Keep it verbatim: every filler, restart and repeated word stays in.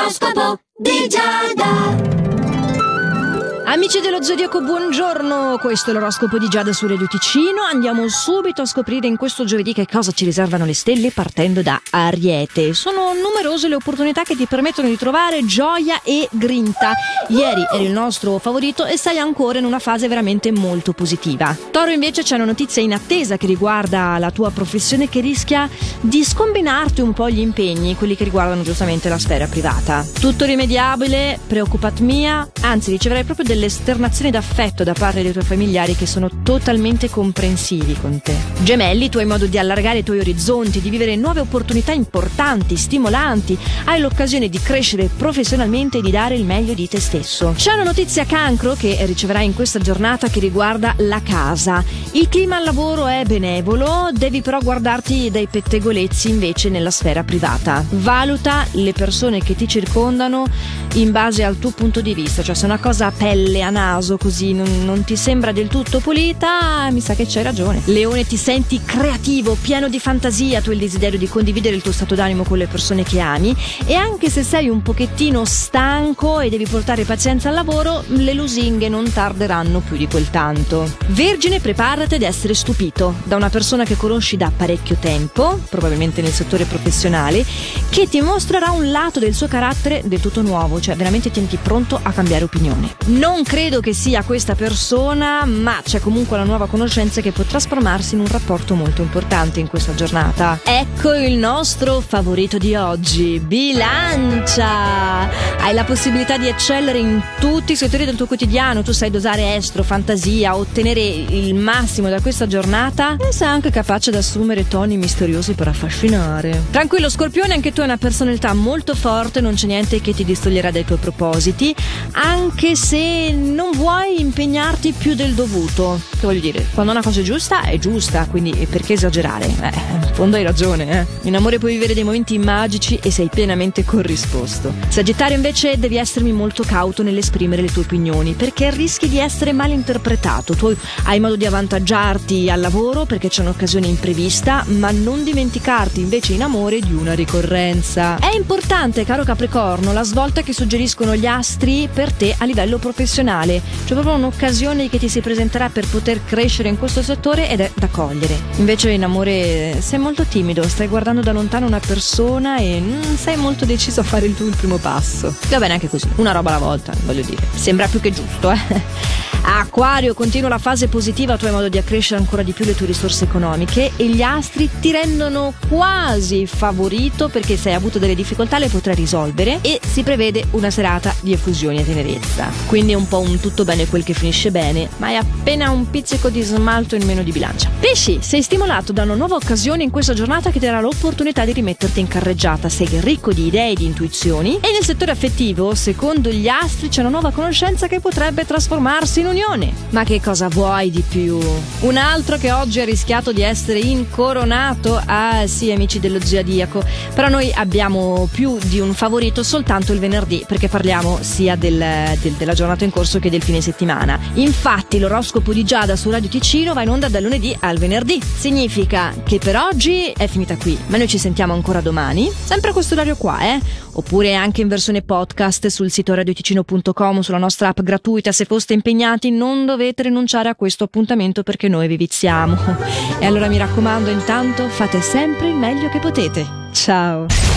L'oroscopo di Giada. Amici dello Zodiaco, buongiorno, questo è l'oroscopo di Giada su Radio Ticino. Andiamo subito a scoprire in questo giovedì che cosa ci riservano le stelle partendo da Ariete. Sono numerose le opportunità che ti permettono di trovare gioia e grinta. Ieri eri il nostro favorito e sei ancora in una fase veramente molto positiva. Toro invece c'è una notizia in attesa che riguarda la tua professione che rischia di scombinarti un po' gli impegni, quelli che riguardano giustamente la sfera privata. Tutto rimediabile, preoccupat mia, anzi riceverai proprio delle esternazioni d'affetto da parte dei tuoi familiari che sono totalmente comprensivi con te. Gemelli, tu hai modo di allargare i tuoi orizzonti, di vivere nuove opportunità importanti, stimolanti, hai l'occasione di crescere professionalmente e di dare il meglio di te stesso. C'è una notizia Cancro che riceverai in questa giornata che riguarda la casa. Il clima al lavoro è benevolo, devi però guardarti dai pettegolezzi invece nella sfera privata. Valuta le persone che ti circondano in base al tuo punto di vista, cioè se una cosa a pelle, a naso, così non, non ti sembra del tutto pulita, mi sa che c'hai ragione. Leone, ti senti creativo, pieno di fantasia, tu hai il desiderio di condividere il tuo stato d'animo con le persone che ami e anche se sei un pochettino stanco e devi portare pazienza al lavoro, le lusinghe non tarderanno più di quel tanto. Vergine, preparati ad essere stupito da una persona che conosci da parecchio tempo, probabilmente nel settore professionale, che ti mostrerà un lato del suo carattere del tutto nuovo, cioè veramente tieniti pronto a cambiare opinione. Non credo che sia questa persona, ma c'è comunque una nuova conoscenza che può trasformarsi in un rapporto molto importante in questa giornata. Ecco il nostro favorito di oggi, Bilancia. Hai la possibilità di eccellere in tutti i settori del tuo quotidiano, tu sai dosare estro, fantasia, ottenere il massimo da questa giornata e sei anche capace di assumere toni misteriosi per affascinare. Tranquillo Scorpione, anche tu hai una personalità molto forte, non c'è niente che ti distoglierà dai tuoi propositi, anche se non vuoi impegnarti più del dovuto. Che voglio dire, quando una cosa è giusta è giusta, quindi perché esagerare? Eh, in fondo hai ragione, eh. In amore puoi vivere dei momenti magici e sei pienamente corrisposto. Sagittario invece devi essermi molto cauto nell'esprimere le tue opinioni, perché rischi di essere mal interpretato. Tu hai modo di avvantaggiarti al lavoro perché c'è un'occasione imprevista, ma non dimenticarti invece in amore di una ricorrenza. È importante, caro Capricorno, la svolta che suggeriscono gli astri per te a livello professionale. C'è proprio un'occasione che ti si presenterà per poter crescere in questo settore ed è da cogliere. Invece in amore sei molto timido, stai guardando da lontano una persona e non sei molto deciso a fare il tuo primo passo. Va bene anche così, una roba alla volta, voglio dire. Sembra più che giusto, eh? Acquario, continua la fase positiva, tu hai modo di accrescere ancora di più le tue risorse economiche e gli astri ti rendono quasi favorito perché se hai avuto delle difficoltà le potrai risolvere e si prevede una serata di effusioni e tenerezza. Quindi è un po' un tutto bene quel che finisce bene, ma è appena un pizzico di smalto in meno di Bilancia. Pesci, sei stimolato da una nuova occasione in questa giornata che ti darà l'opportunità di rimetterti in carreggiata, sei ricco di idee e di intuizioni e nel settore affettivo, secondo gli astri, c'è una nuova conoscenza che potrebbe trasformarsi in unione. Ma che cosa vuoi di più? Un altro che oggi ha rischiato di essere incoronato, ah sì amici dello Zodiaco, però noi abbiamo più di un favorito soltanto il venerdì perché parliamo sia del, del, della giornata in corso che del fine settimana. Infatti l'oroscopo di Giada su Radio Ticino va in onda dal lunedì al venerdì, significa che per oggi è finita qui, ma noi ci sentiamo ancora domani, sempre a questo orario qua, eh? Oppure anche in versione podcast sul sito radioticino punto com, sulla nostra app gratuita. Se foste impegnati non dovete rinunciare a questo appuntamento perché noi vi viziamo. E allora mi raccomando, intanto fate sempre il meglio che potete. Ciao!